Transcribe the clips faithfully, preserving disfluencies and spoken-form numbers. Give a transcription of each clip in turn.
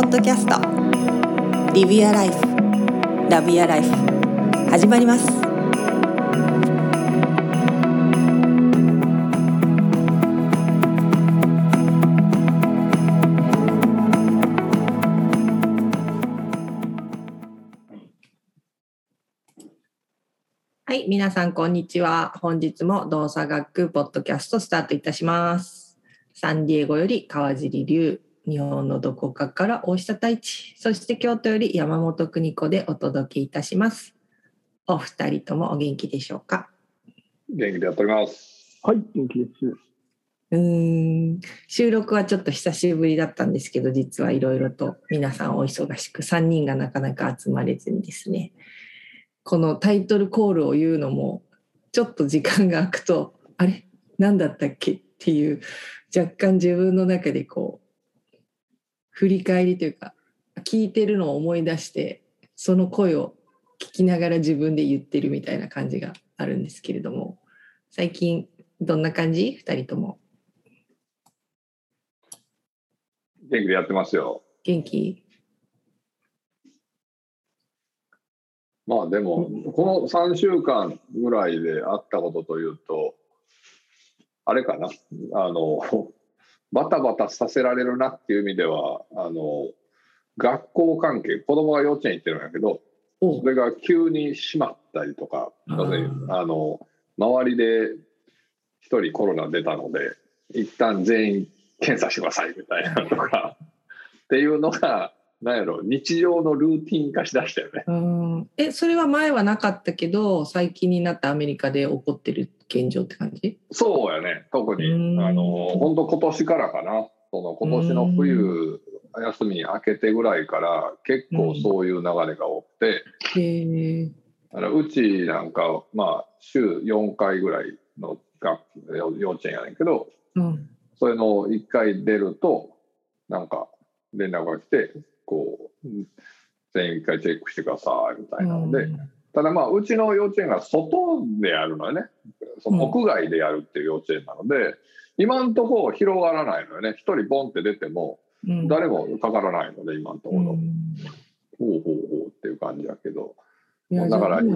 ッドキャスト Live Your Life Love Your Life 始まります。はい、皆さんこんにちは。本日も動作学ポッドキャストスタートいたします。サンディエゴより川尻龍、日本のどこかから大下太一、そして京都より山本邦子でお届けいたします。お二人ともお元気でしょうか？ 元気でやっております。 はい、元気です。 うーん、収録はちょっと久しぶりだったんですけど、実はいろいろと皆さんお忙しく、さんにんがなかなか集まれずにですね、このタイトルコールを言うのもちょっと時間が空くと、あれ何だったっけっていう若干自分の中でこう振り返りというか、聞いてるのを思い出してその声を聞きながら自分で言ってるみたいな感じがあるんですけれども、最近どんな感じ？ふたりとも元気でやってますよ。 元気？ まあでも、このさんしゅうかんぐらいであったことというと、あれかな、あのバタバタさせられるなっていう意味では、あの学校関係、子供が幼稚園行ってるんだけど、それが急に閉まったりとか、あの周りで一人コロナ出たので一旦全員検査してくださいみたいなとかっていうのがなんやろ、日常のルーティン化しだしたよね。 うん、えそれは前はなかったけど最近になってアメリカで起こってる現状って感じ？ そうやね、特にあの本当今年からかな、その今年の冬休み明けてぐらいから結構そういう流れが多くて、 うん、へあのうちなんかまあ週よんかいぐらいの学幼稚園やねんけど、 うん、それのいっかい出るとなんか連絡が来て、こう全員いっかいチェックしてくださいみたいなので、うん、ただまあうちの幼稚園が外でやるのよね。その屋外でやるっていう幼稚園なので、うん、今んところ広がらないのよね。一人ボンって出ても誰もかからないので今んところ、うん、ほうほうほうっていう感じだけど、 いやだから、うん、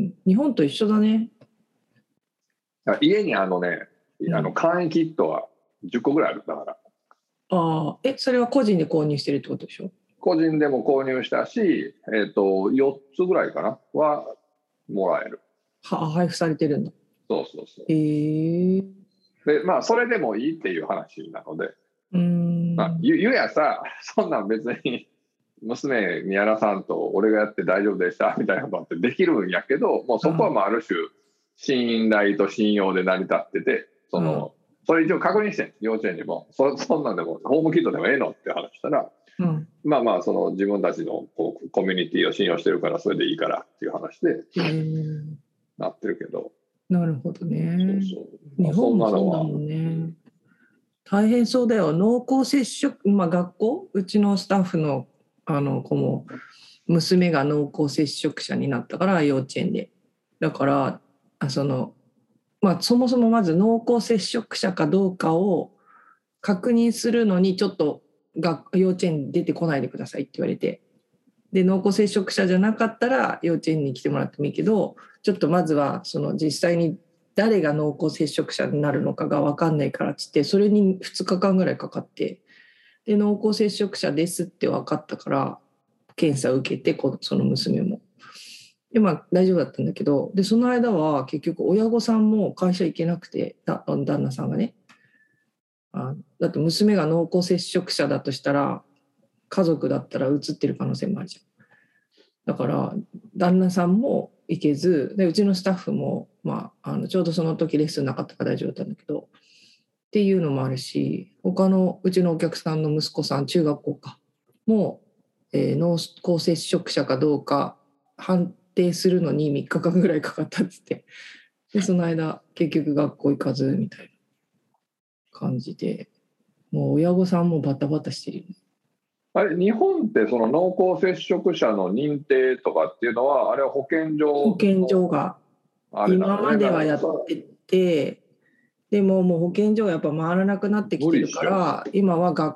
日本と一緒だね。 家にあのね、あの簡易キットはじゅっこぐらいあるんだから。 ああ、えそれは個人で購入してるってことでしょ？ 個人でも購入したし、えーと、よっつぐらいかなはもらえる。 は配布されてるんだ。 そうそうそう。 へえ。 でまあそれでもいいっていう話なので、 うーん、 まあ、ゆ, ゆやさそんなん別に娘にやらさんと俺がやって大丈夫でしたみたいなことってできるんやけど、もうそこはまあある種信頼と信用で成り立ってて、その、それ一応確認してん、幼稚園にも そ, そんなんでもホームキットでもええのって話したら、うん、まあまあその自分たちのこうコミュニティを信用してるからそれでいいからっていう話でなってるけど。 なるほどね。 そうそう、まあ、 日本もそうだもんね。大変そうだよ。濃厚接触、まあ、学校うちのスタッフのあの子も娘が濃厚接触者になったから幼稚園で、だからあその、まあ、そもそもまず濃厚接触者かどうかを確認するのにちょっと学幼稚園に出てこないでくださいって言われて、で濃厚接触者じゃなかったら幼稚園に来てもらってもいいけど、ちょっとまずはその実際に誰が濃厚接触者になるのかが分かんないからっつって、それにふつかかんぐらいかかって、で濃厚接触者ですって分かったから検査を受けて、その娘もで、まあ、大丈夫だったんだけど、でその間は結局親御さんも会社行けなくて、だ旦那さんがね、あだって娘が濃厚接触者だとしたら家族だったらうつってる可能性もあるじゃん。だから旦那さんも行けずで、うちのスタッフも、まあ、あのちょうどその時レッスンなかったから大丈夫だったんだけどっていうのもあるし、他のうちのお客さんの息子さん、中学校かもう、えー、濃厚接触者かどうか判定するのにみっかかんぐらいかかったっつって、でその間結局学校行かずみたいな感じで、もう親御さんもバタバタしてるよね。 あれ日本ってその濃厚接触者の認定とかっていうのはあれは保健所保健所が今まではやってて、でももう保健所がやっぱ回らなくなってきてるから、今は学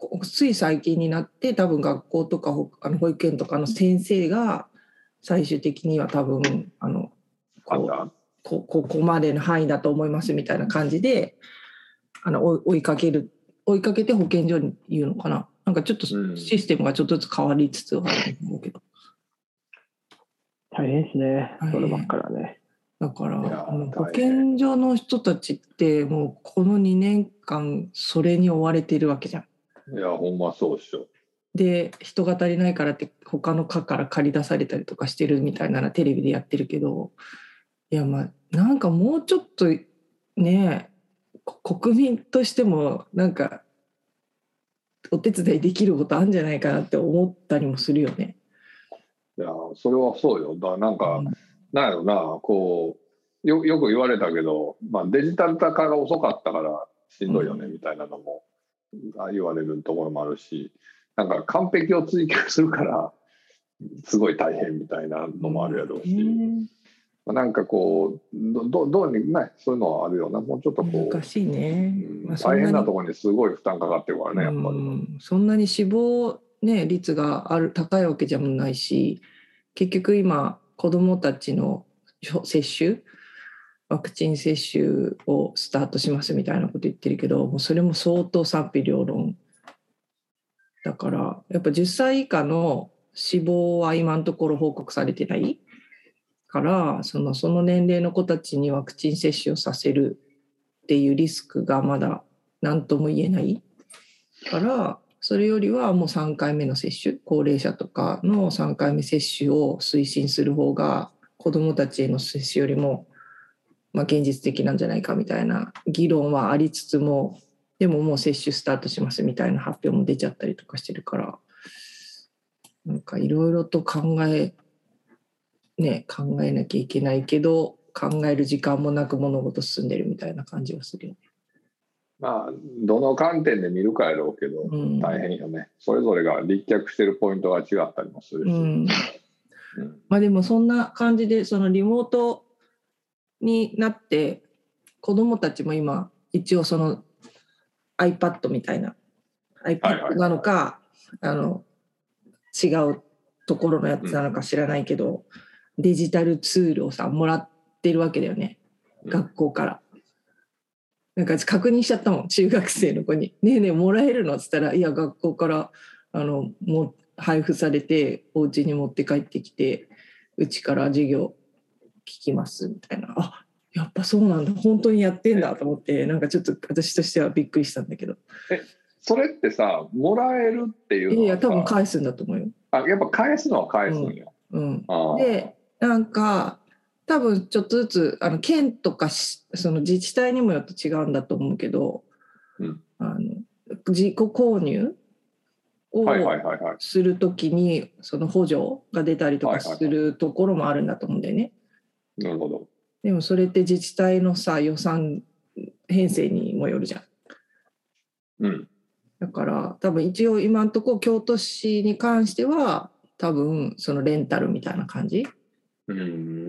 つい最近になって多分学校とかあの保育園とかの先生が最終的には多分あのこうこここまでの範囲だと思いますみたいな感じであの追いかける追いかけて保健所に言うのかな。なんかちょっとシステムがちょっとずつ変わりつつあると思うけど、 大変ですね、そればっかりはね。 だからあの保健所の人たちってもうこのにねんかんそれに追われてるわけじゃん。 いやほんまそうっしょ。で人が足りないからって他の課から借り出されたりとかしてるみたいならテレビでやってるけど、いやまあなんかもうちょっとね国民としてもなんかお手伝いできることあるんじゃないかなって思ったりもするよね。 いやそれはそうよ。だなんか、うん、なんやろなこう よ, よく言われたけど、まあ、デジタル化が遅かったからしんどいよねみたいなのも言われるところもあるし、なんか完璧を追求するからすごい大変みたいなのもあるやろうし、うんなんかこう ど, どうにねそういうのはあるよな。もうちょっとこう難しいね、 うんまあ、大変なところにすごい負担かかってるからねやっぱり、うん、 そんなに死亡、ね、率がある高いわけじゃないし、結局今子どもたちの接種ワクチン接種をスタートしますみたいなこと言ってるけど、もうそれも相当賛否両論だから、やっぱじゅっさい以下の死亡は今のところ報告されてないからその、その年齢の子たちにワクチン接種をさせるっていうリスクがまだ何とも言えないから、それよりはもうさんかいめの接種、高齢者とかのさんかいめ接種を推進する方が子どもたちへの接種よりもまあ現実的なんじゃないかみたいな議論はありつつも、でももう接種スタートしますみたいな発表も出ちゃったりとかしてるから、なんかいろいろと考えね、考えなきゃいけないけど考える時間もなく物事進んでるみたいな感じはするよね。 まあどの観点で見るかやろうけど、うん、大変よね。それぞれが立脚してるポイントが違ったりもするし、うんうん、 まあでもそんな感じでそのリモートになって子どもたちも今一応その iPad みたいな iPad なのか、はいはい、あの違うところのやつなのか知らないけど、うんデジタルツールをさもらってるわけだよね、学校から。なんか確認しちゃったもん、中学生の子に。ねえねえもらえるのって言ったら、いや学校からあのも配布されてお家に持って帰ってきてうちから授業聞きますみたいな。あやっぱそうなんだ、本当にやってんだと思って、なんかちょっと私としてはびっくりしたんだけど。 えそれってさもらえるっていうのはさ、 いや多分返すんだと思うよ。 あやっぱ返すのは返すんや、 うんうん、でなんか多分ちょっとずつあの県とかその自治体にもよって違うんだと思うけど、うん、あの自己購入をするときにその補助が出たりとかするところもあるんだと思うんだよね。 なるほど。 でもそれって自治体のさ予算編成にもよるじゃん。 うん、 だから多分一応今のところ京都市に関しては多分そのレンタルみたいな感じ、うん、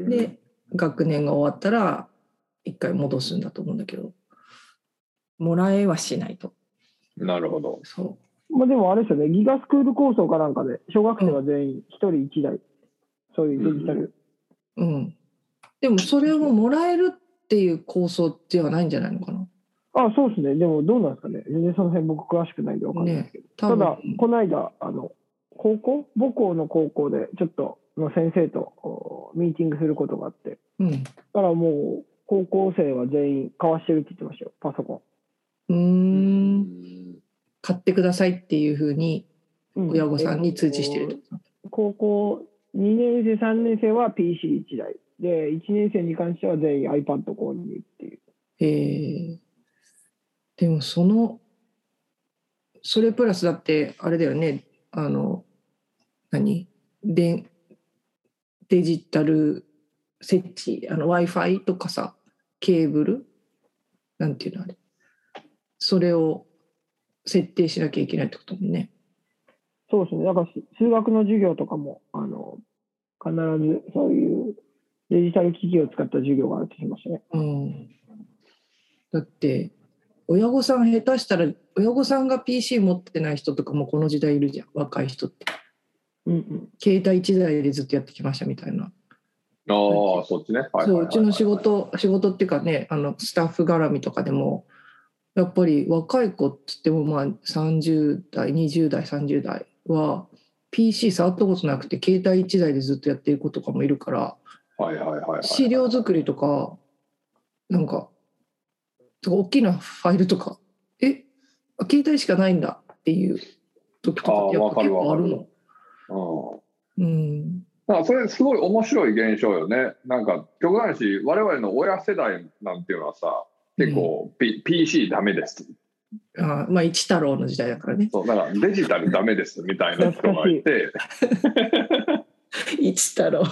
で学年が終わったら一回戻すんだと思うんだけど、もらえはしないと。 なるほど。 そう、 まあ、でもあれですよね、ギガスクール構想かなんかで小学生は全員ひとりいちだい、うん、そういうデジタル、 うん、うん、でもそれをもらえるっていう構想ではないんじゃないのかな。 あそうですね。でもどうなんですかね。全然その辺僕詳しくないんで分かんないですけど、ね、ただこの間あの高校母校の高校でちょっとの先生とミーティングすることがあって、うん、だからもう高校生は全員交わしてるって言ってましたよ、パソコン。うーん買ってくださいっていうふうに親御さんに通知してるってこと、うん、 高校にねん生さんねん生は ピーシーいち 台でいちねん生に関しては全員 iPad 購入っていう。 へえ。でもそのそれプラスだってあれだよね、あの何でデジタル設置あの Wi-Fi とかさケーブルなんていうのあれそれを設定しなきゃいけないってこともね。 そうですね。だから数学の授業とかもあの必ずそういうデジタル機器を使った授業があるって言いましたね。 うん、だって親御さん下手したら親御さんが ピーシー 持ってない人とかもこの時代いるじゃん、若い人って。 うんうん、 携帯一台でずっとやってきましたみたいな。 ああ、そっちね。はいはいはいはい、 そう、うちの仕事、仕事っていうかね、あのスタッフ絡みとかでも、やっぱり若い子って言ってもまあさんじゅう代、にじゅう代、さんじゅう代は ピーシー 触ったことなくて携帯一台でずっとやってる子とかもいるから、 はいはいはいはい、 資料作りとか、なんか、大きなファイルとか、え、携帯しかないんだっていう時とかってやっぱ結構あるの。 うん。うんだからそれすごい面白い現象よね。なんか極端し我々の親世代なんていうのはさ結構、P うん、ピーシー ダメです。 あまあ一太郎の時代だからね。 そうだからデジタルダメですみたいな人がいて。 一太郎。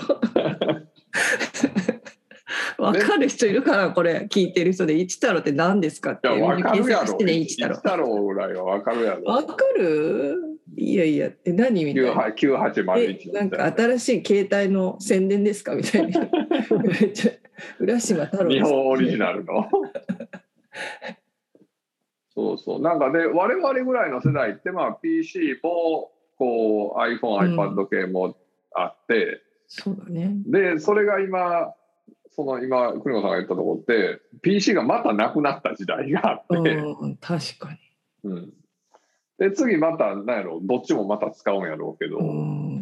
分かる人いるかなこれ聞いてる人で一太郎って何ですかって。 いや分かるやろ。 ね、一太郎。 一太郎ぐらいは分かるやろ。 分かる？いやいやって何みたいな。 きゅうはちまるいちなんか新しい携帯の宣伝ですかみたいな。浦島太郎日本オリジナルの。そうそうなんかで我々ぐらいの世代ってまあ ピーシー もこう iPhone、iPad 系もあって、うん、 そうだね。 でそれが今その今栗野さんが言ったところって ピーシー がまたなくなった時代があって、 うん、確かに。 うん、で次また何やろどっちもまた使うんやろうけど、 うん、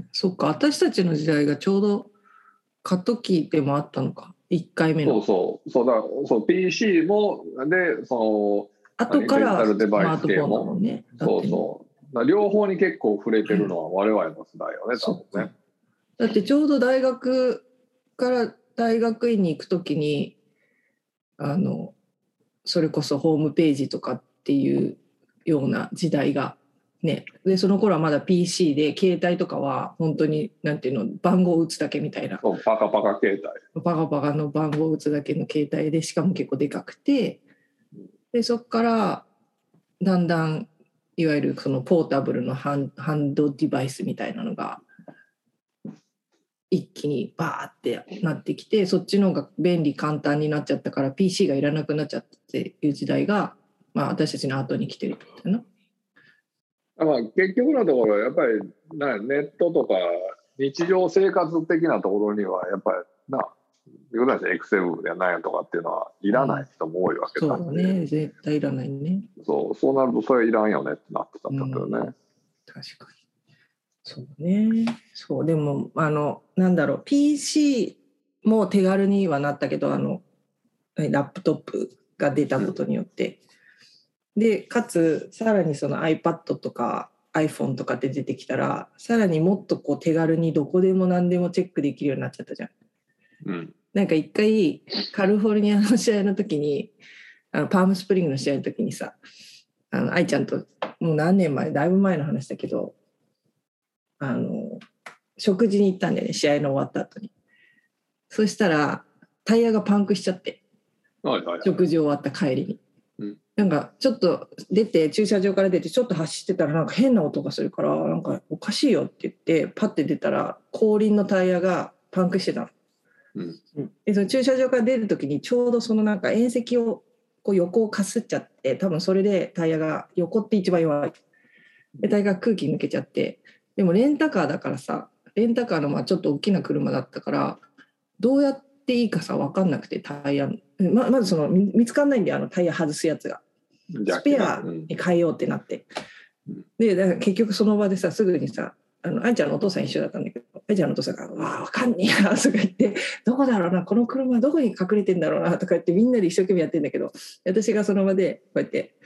そっか私たちの時代がちょうど過渡期でもあったのかいっかいめの。 そうそうそうだそう ピーシー もでその後からデジタルデバイス系も、 スマートフォンだもんね。 そうそうだ両方に結構触れてるのは我々の世代よね、多分ね。 だってちょうど大学から大学院に行くときにあのそれこそホームページとかっていうような時代がねでその頃はまだ ピーシー で携帯とかは本当になんていうの番号を打つだけみたいなそうパカパカ携帯パカパカの番号を打つだけの携帯でしかも結構でかくてでそこからだんだんいわゆるそのポータブルのハン、ハンドデバイスみたいなのが一気にバーってなってきてそっちの方が便利簡単になっちゃったから ピーシー がいらなくなっちゃったっていう時代が、まあ、私たちの後に来てるってことだな。 まあ、結局のところやっぱりなネットとか日常生活的なところにはやっぱりなエクセルやなんやとかっていうのはいらない人も多いわけだ、 うん、そうね絶対いらないね。 そうそうなるとそれいらんよねってなってたんだけどね、うん、 確かにそうねそうでもあのなんだろう ピーシー も手軽にはなったけどあのラップトップが出たことによって、うん、でかつさらにその iPad とか iPhone とかって出てきたらさらにもっとこう手軽にどこでも何でもチェックできるようになっちゃったじゃん。 うん、 なんか一回カリフォルニアの試合の時にあのパームスプリングの試合の時にさあの愛ちゃんともう何年前だいぶ前の話だけどあの食事に行ったんだよね試合の終わった後に。そしたらタイヤがパンクしちゃって、 はいはいはい、 食事終わった帰りに、 うん、 なんかちょっと出て駐車場から出てちょっと走ってたらなんか変な音がするからなんかおかしいよって言ってパッて出たら後輪のタイヤがパンクしてたの。 うん、 でその駐車場から出る時にちょうどそのなんか縁石をこう横をかすっちゃって多分それでタイヤが横って一番弱いでタイヤが空気抜けちゃってでもレンタカーだからさレンタカーのまあちょっと大きな車だったからどうやっていいかさ分かんなくてタイヤ ま, まずその見つかんないんであのタイヤ外すやつがスペアに変えようってなって、うん、でだから結局その場でさすぐにさあの愛ちゃんのお父さん一緒だったんだけど愛ちゃんのお父さんが「わあ分かんねえな」とか言って「どこだろうなこの車どこに隠れてんだろうな」とか言ってみんなで一生懸命やってんだけど私がその場でこうやって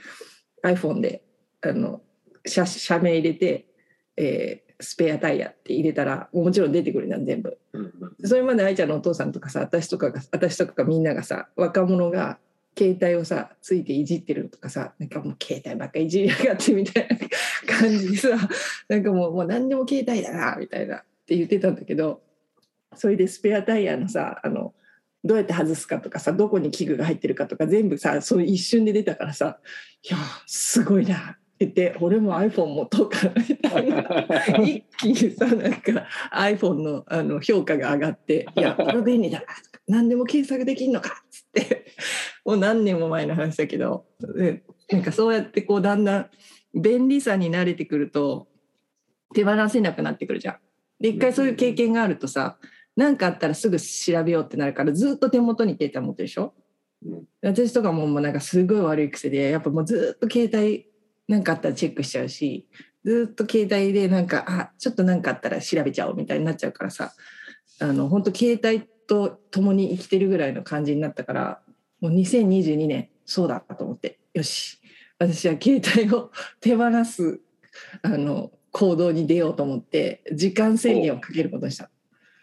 iPhone であの 社, 社名入れて、えー、スペアタイヤって入れたらもちろん出てくるじゃん全部。それまで愛ちゃんのお父さんとかさ私とかが私とかみんながさ若者が携帯をさついていじってるとかさなんかもう携帯ばっかりいじりやがってみたいな感じでさなんかもう、もう何でも携帯だなみたいなって言ってたんだけどそれでスペアタイヤのさあのどうやって外すかとかさどこに器具が入ってるかとか全部さその一瞬で出たからさいやすごいなって言って俺も iPhone 持とうかなみたいな一気にさなんか iPhone の、あの評価が上がっていやこれ便利だな何でも検索できるのかっつってもう何年も前の話だけどなんかそうやってこうだんだん便利さに慣れてくると手放せなくなってくるじゃん。で一回そういう経験があるとさ、何かあったらすぐ調べようってなるからずっと手元に携帯持ってるでしょ。私とかももうなんかすごい悪い癖でやっぱもうずっと携帯なんかあったらチェックしちゃうし、ずっと携帯でなんかあちょっとなんかあったら調べちゃおうみたいになっちゃうからさ、あの本当携帯と共に生きてるぐらいの感じになったから、もうにせんにじゅうにねんそうだと思って、よし私は携帯を手放すあの行動に出ようと思って時間制限をかけることにした。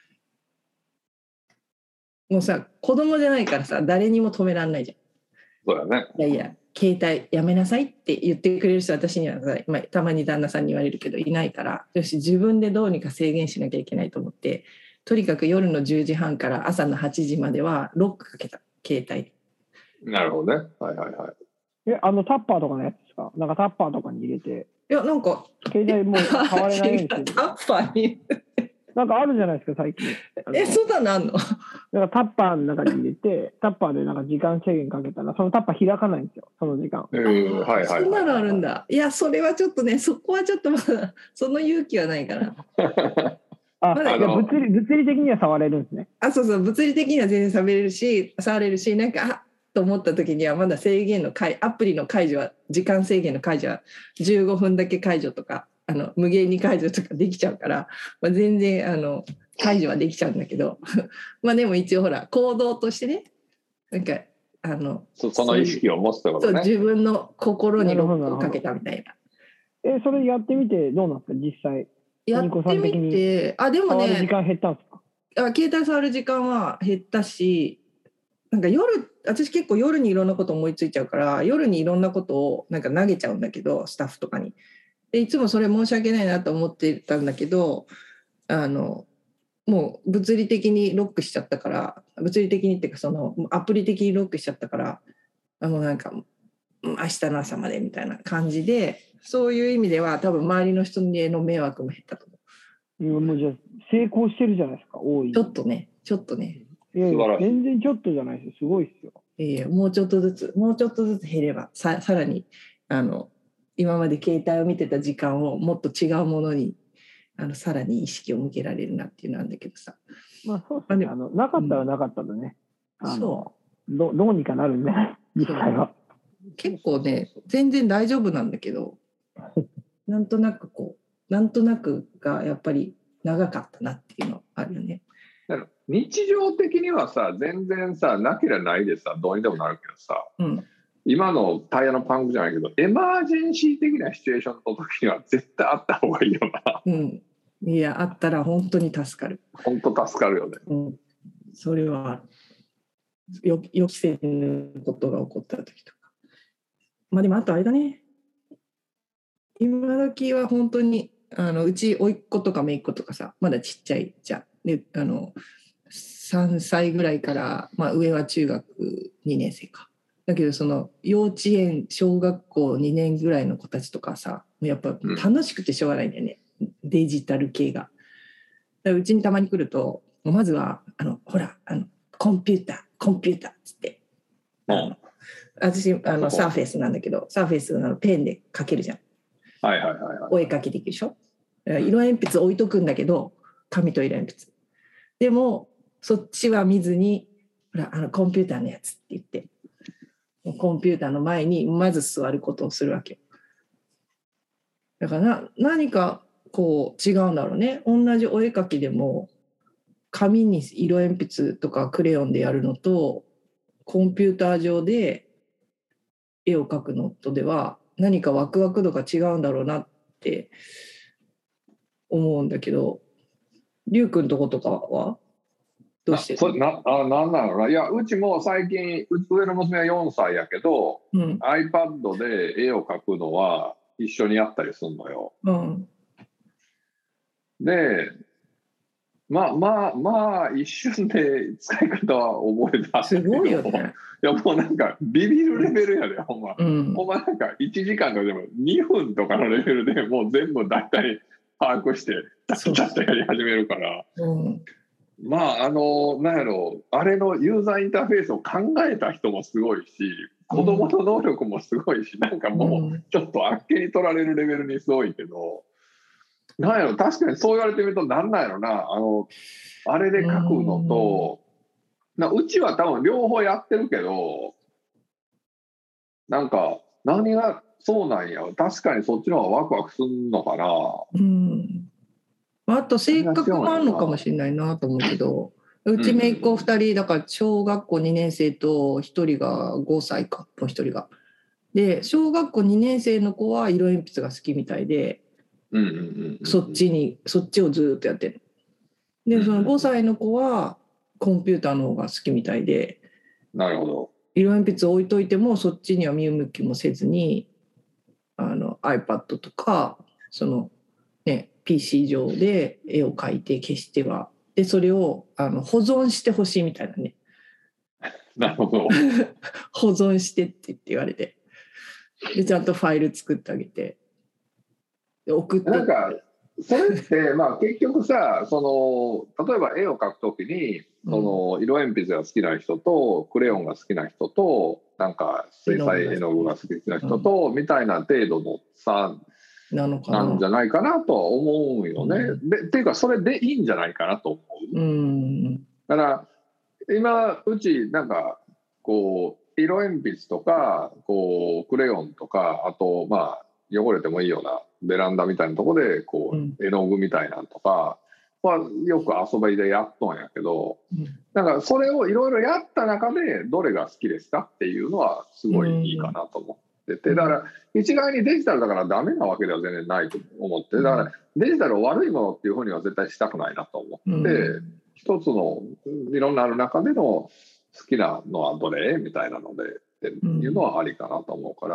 もうさ子供じゃないからさ誰にも止めらんないじゃん。 そうだね。 いやいや携帯やめなさいって言ってくれる人私には、まあ、たまに旦那さんに言われるけどいないから、よし自分でどうにか制限しなきゃいけないと思って、とにかく夜のじゅうじはんから朝のはちじまではロックかけた携帯。 なるほどね。はいはいはい。 えあのタッパーとかのやつですか？なんかタッパーとかに入れて。 いやなんか携帯もう変われないようにしてる。 タッパーになんかあるじゃないですか最近。 えそうだなんの？ なんかタッパーの中に入れてタッパーでなんか時間制限かけたらそのタッパー開かないんですよその時間。 えー、はいはいはい。 そんなのあるんだ。いやそれはちょっとねそこはちょっとまだその勇気はないかな。 あ、 まだいや物理物理的には触れるんですね。 あそうそう物理的には全然触れるし触れるしなんかあと思った時にはまだ制限の解アプリの解除は時間制限の解除はじゅうごふんだけ解除とかあの無限に解除とかできちゃうから、まあ、全然あの解除はできちゃうんだけどまあでも一応ほら行動としてねなんかあのそ, その意識を持つってことね。 そう自分の心にロックをかけたみたいな。 えそれやってみてどうなんですか実際。 やってみてあでもね時間減ったんですか？ あ携帯触る時間は減ったし、なんか夜私結構夜にいろんなこと思いついちゃうから夜にいろんなことをなんか投げちゃうんだけどスタッフとかにでいつもそれ申し訳ないなと思ってたんだけど、あのもう物理的にロックしちゃったから物理的にっていうかそのアプリ的にロックしちゃったからあのなんか明日の朝までみたいな感じで、そういう意味では多分周りの人への迷惑も減ったと思う。 いやもうじゃあ成功してるじゃないですか多い。 ちょっとねちょっとね。 いやいや全然ちょっとじゃないですよすごいですよ。 いやもうちょっとずつもうちょっとずつ減れば さ, さらにあの今まで携帯を見てた時間をもっと違うものにあのさらに意識を向けられるなっていうのなんだけどさ。 まあそうですね。あのなかったらなかったでね、うん、あのそうど, どうにかなるんで実際は。 結構ね全然大丈夫なんだけどなんとなくこうなんとなくがやっぱり長かったなっていうのあるよね。 日常的にはさ全然さなければないでさどうにでもなるけどさ、うん、今のタイヤのパンクじゃないけどエマージェンシー的なシチュエーションの時には絶対あった方がいいよな。 うん、いやあったら本当に助かる。 本当助かるよね。 うん、それは予期せぬことが起こった時とか。まあでもあとあれだね。今時は本当にあのうち甥っ子とか姪っ子とかさまだちっちゃいじゃん。であのさんさいぐらいから、まあ、上は中学にねん生かだけどその幼稚園小学校にねんぐらいの子たちとかさやっぱ楽しくてしょうがないんだよね、うん、デジタル系が。だからうちにたまに来るとまずはあのほらあのコンピューターコンピューターっつって、うん、あの私あのサーフェイスなんだけどサーフェイスのペンで描けるじゃん。 はいはいはいはい、 お絵描きできるでしょ。色鉛筆置いとくんだけど紙と色鉛筆でもそっちは見ずにほらあのコンピューターのやつって言ってコンピューターの前にまず座ることをするわけよ。だからな何かこう違うんだろうね。同じお絵描きでも紙に色鉛筆とかクレヨンでやるのとコンピューター上で絵を描くのとでは何かワクワク度が違うんだろうなって思うんだけど、りゅうくんとことかはどうしてるの？なあなんなのな。いやうちも最近上の娘はよんさいやけど、うん、iPad で絵を描くのは一緒にやったりするのよ。うん、でまあまあまあ一瞬で使い方は覚えた。 すごいよね。 いやもうなんかビビるレベルやで、ほんま、うん、ほんまなんかいちじかんとかでもにふんとかのレベルでもう全部大体把握してタッタッタやり始めるから、うん、まああのなんやろあれのユーザーインターフェースを考えた人もすごいし子供の能力もすごいし、なんかもうちょっとあっけに取られるレベルにすごいけど、なんやろ、確かにそう言われてみるとなんなんやろな、あのあれで書くのと、なうちは多分両方やってるけど、なんか何がそうなんや、確かにそっちの方がワクワクするのかな。 うん、あと性格もあるのかもしれないなと思うけど、うち姪っ子ふたりだから小学校にねん生とひとりがごさいか、もうひとりが。で小学校にねん生の子は色鉛筆が好きみたいで、そっちにそっちをずっとやってる。でそのごさいの子はコンピューターの方が好きみたいで、 なるほど。 色鉛筆置いといてもそっちには見向きもせずに、あの iPad とかそのね ピーシー 上で絵を描いて消してはでそれをあの保存してほしいみたいなね。 なるほど。 保存してって言って言われて、でちゃんとファイル作ってあげてで送ってって。 なんかそれってまあ結局さ、その例えば絵を描くときにその色鉛筆が好きな人とクレヨンが好きな人となんか水彩絵の具が好きな人と、うん、みたいな程度の差なのかな、 なんじゃないかなとは思うよね。うん、でっていうかそれでいいんじゃないかなと思う。うん、だから今うちなんかこう色鉛筆とかこうクレヨンとか、あとまあ汚れてもいいようなベランダみたいなところでこう絵の具みたいなのとかはよく遊びでやっとんやけど、なんかそれをいろいろやった中でどれが好きですかっていうのはすごいいいかなと思ってて、だから一概にデジタルだからダメなわけでは全然ないと思って、だからデジタルを悪いものっていうふうには絶対したくないなと思って、一つのいろんなある中での好きなのはどれみたいなのでっていうのはありかなと思うから、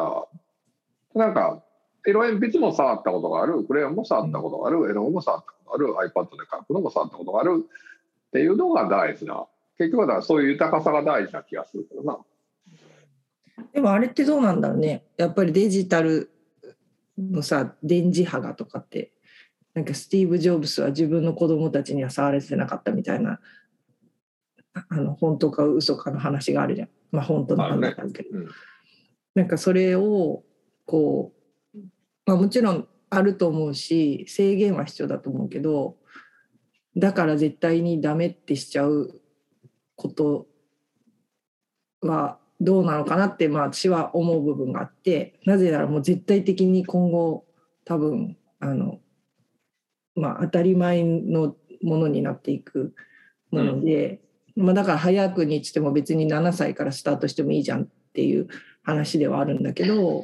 なんか色鉛筆も触ったことがある、クレヨンも触ったことがある、絵の具も触ったことがある、iPad で書くのも触ったことがあるっていうのが大事な、結局はだからそういう豊かさが大事な気がするけどな。 でもあれってどうなんだろうね。やっぱりデジタルのさ電磁波がとかってなんかスティーブ・ジョブスは自分の子供たちには触れてなかったみたいな、あの本当か嘘かの話があるじゃん。まあ本当の話だけど、ね、うん、なんかそれをこうまあ、もちろんあると思うし制限は必要だと思うけど、だから絶対にダメってしちゃうことはどうなのかなって、まあ、私は思う部分があって、なぜならもう絶対的に今後多分あの、まあ、当たり前のものになっていくもので、うん、まあ、だから早くにしても別にななさいからスタートしてもいいじゃんっていう話ではあるんだけど、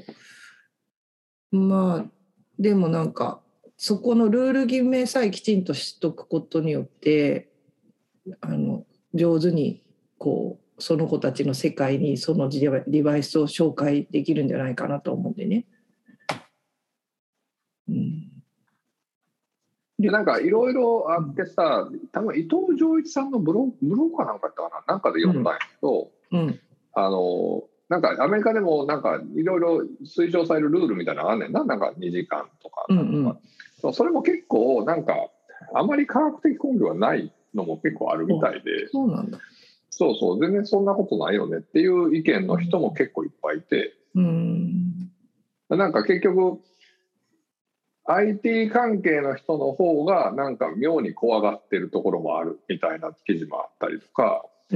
まあでもなんかそこのルール決めさえきちんとしとくことによってあの上手にこうその子たちの世界にそのデバイスを紹介できるんじゃないかなと思うんでね。うん、 でなんかいろいろあってさ、多分伊藤浄一さんのブログブログかなんかやったかな、なんかで読んだんやけど、うんうん、あのなんかアメリカでもなんかいろいろ推奨されるルールみたいなのがあんねんな、なんかにじかんとかなんとか、うんうん、それも結構なんかあまり科学的根拠がないのも結構あるみたいで、 そうなんだ。 そうそう、全然そんなことないよねっていう意見の人も結構いっぱいいて、うん、なんか結局 アイティー 関係の人の方がなんか妙に怖がってるところもあるみたいな記事もあったりとか、うん、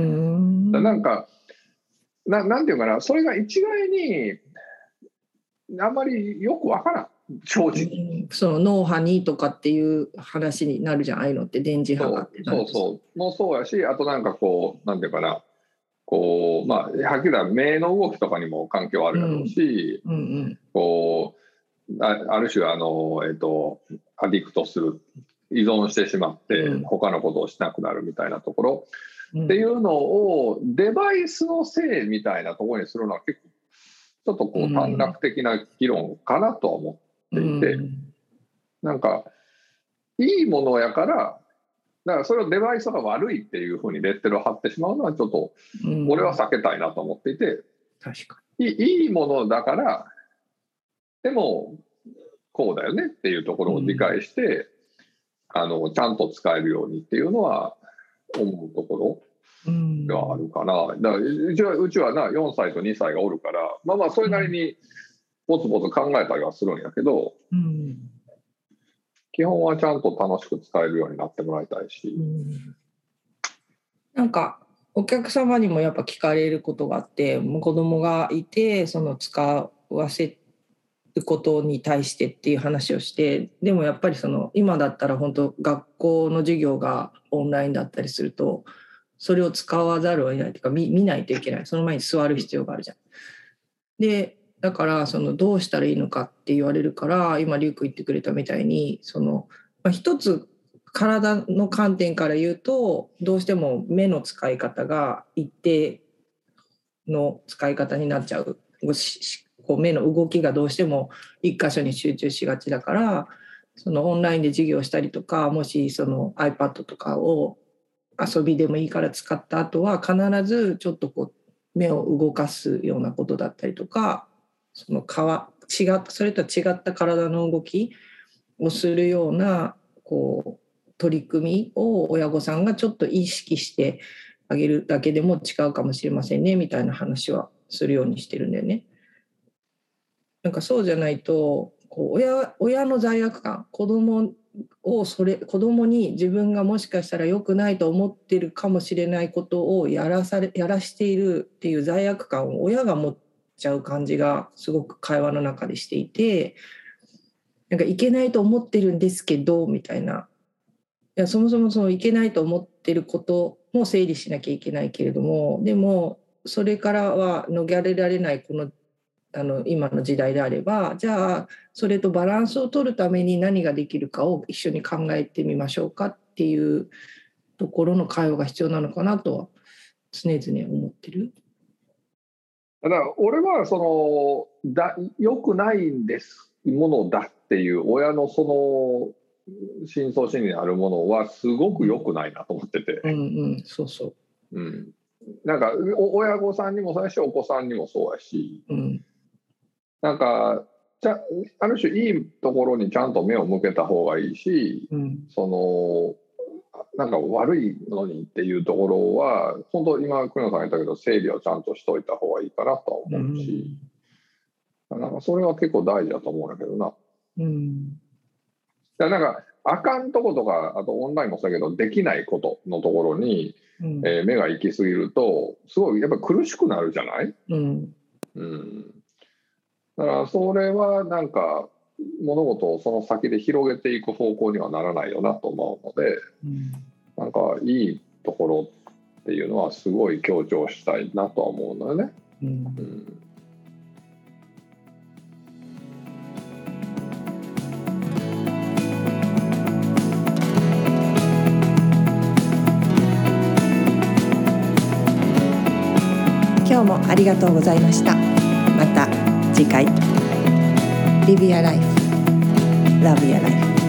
なんか な, なんていうかな、それが一概にあんまりよくわからん、正直、 うん、その脳波にとかっていう話になるじゃん、ああいうのって電磁波がってなる。 そうそうそうもそうやし、あとなんかこうなんていうかな、こうまあはっきり言ったら目の動きとかにも関係はあるだろうし、うんうんうん、こう あ, ある種あの、えーと、アディクトする、依存してしまって他のことをしなくなるみたいなところ、うん、っていうのをデバイスのせいみたいなところにするのは結構ちょっとこう短絡的な議論かなとは思っていて、うん、なんかいいものやからだからそれをデバイスが悪いっていうふうにレッテルを貼ってしまうのはちょっと俺は避けたいなと思っていて、うん、 確かにいいものだからでもこうだよねっていうところを理解して、うん、あのちゃんと使えるようにっていうのは思うところがあるかな。だからうちはうちはなよんさいとにさいがおるから、まあまあそれなりにポツポツ考えたりはするんやけど、うん、基本はちゃんと楽しく使えるようになってもらいたいし、うん、 なんかお客様にもやっぱ聞かれることがあって、もう子供がいてその使わせることに対してっていう話をして、でもやっぱりその今だったら本当学校の授業がオンラインだったりすると、それを使わざるを得ないというか 見, 見ないといけない。その前に座る必要があるじゃん。でだからそのどうしたらいいのかって言われるから、今リュウク言ってくれたみたいにその、まあ、一つ体の観点から言うと、どうしても目の使い方が一定の使い方になっちゃう。こう目の動きがどうしても一箇所に集中しがちだから、そのオンラインで授業したりとか、もしその iPad とかを遊びでもいいから使った後は必ずちょっとこう目を動かすようなことだったりとか、その違ったそれとは違った体の動きをするようなこう取り組みを親御さんがちょっと意識してあげるだけでも違うかもしれませんねみたいな話はするようにしてるんだよね。なんかそうじゃないとこう 親, 親の罪悪感、子供をそれ子供に自分がもしかしたら良くないと思ってるかもしれないことをやらされやらしているっていう罪悪感を親が持っちゃう感じがすごく会話の中でしていて、なんかいけないと思ってるんですけどみたいな、いやそもそもそのいけないと思ってることも整理しなきゃいけないけれども、でもそれからは逃れられないこのあの今の時代であれば、じゃあそれとバランスを取るために何ができるかを一緒に考えてみましょうかっていうところの会話が必要なのかなとは常々思ってる。 だから俺はそのだ良くないんですものだっていう親のその深層心理にあるものはすごく良くないなと思ってて、 うんうん、そうそう、 うん、なんか親御さんにもそうやしお子さんにもそうやし、うん、なんかじゃある種いいところにちゃんと目を向けた方がいいし、うん、そのなんか悪いのにっていうところは本当今国野さんが言ったけど整理をちゃんとしといた方がいいかなとは思うし、うん、なんかそれは結構大事だと思うんだけどな。うん、だなんかあかんとことか、あとオンラインもそうだけどできないことのところに、うんえー、目が行き過ぎるとすごいやっぱり苦しくなるじゃない、うんうん、だからそれはなんか物事をその先で広げていく方向にはならないよなと思うので、うん、なんかいいところっていうのはすごい強調したいなとは思うのよね。うんうん今日もありがとうございました。また次回。Live your life. Love your life.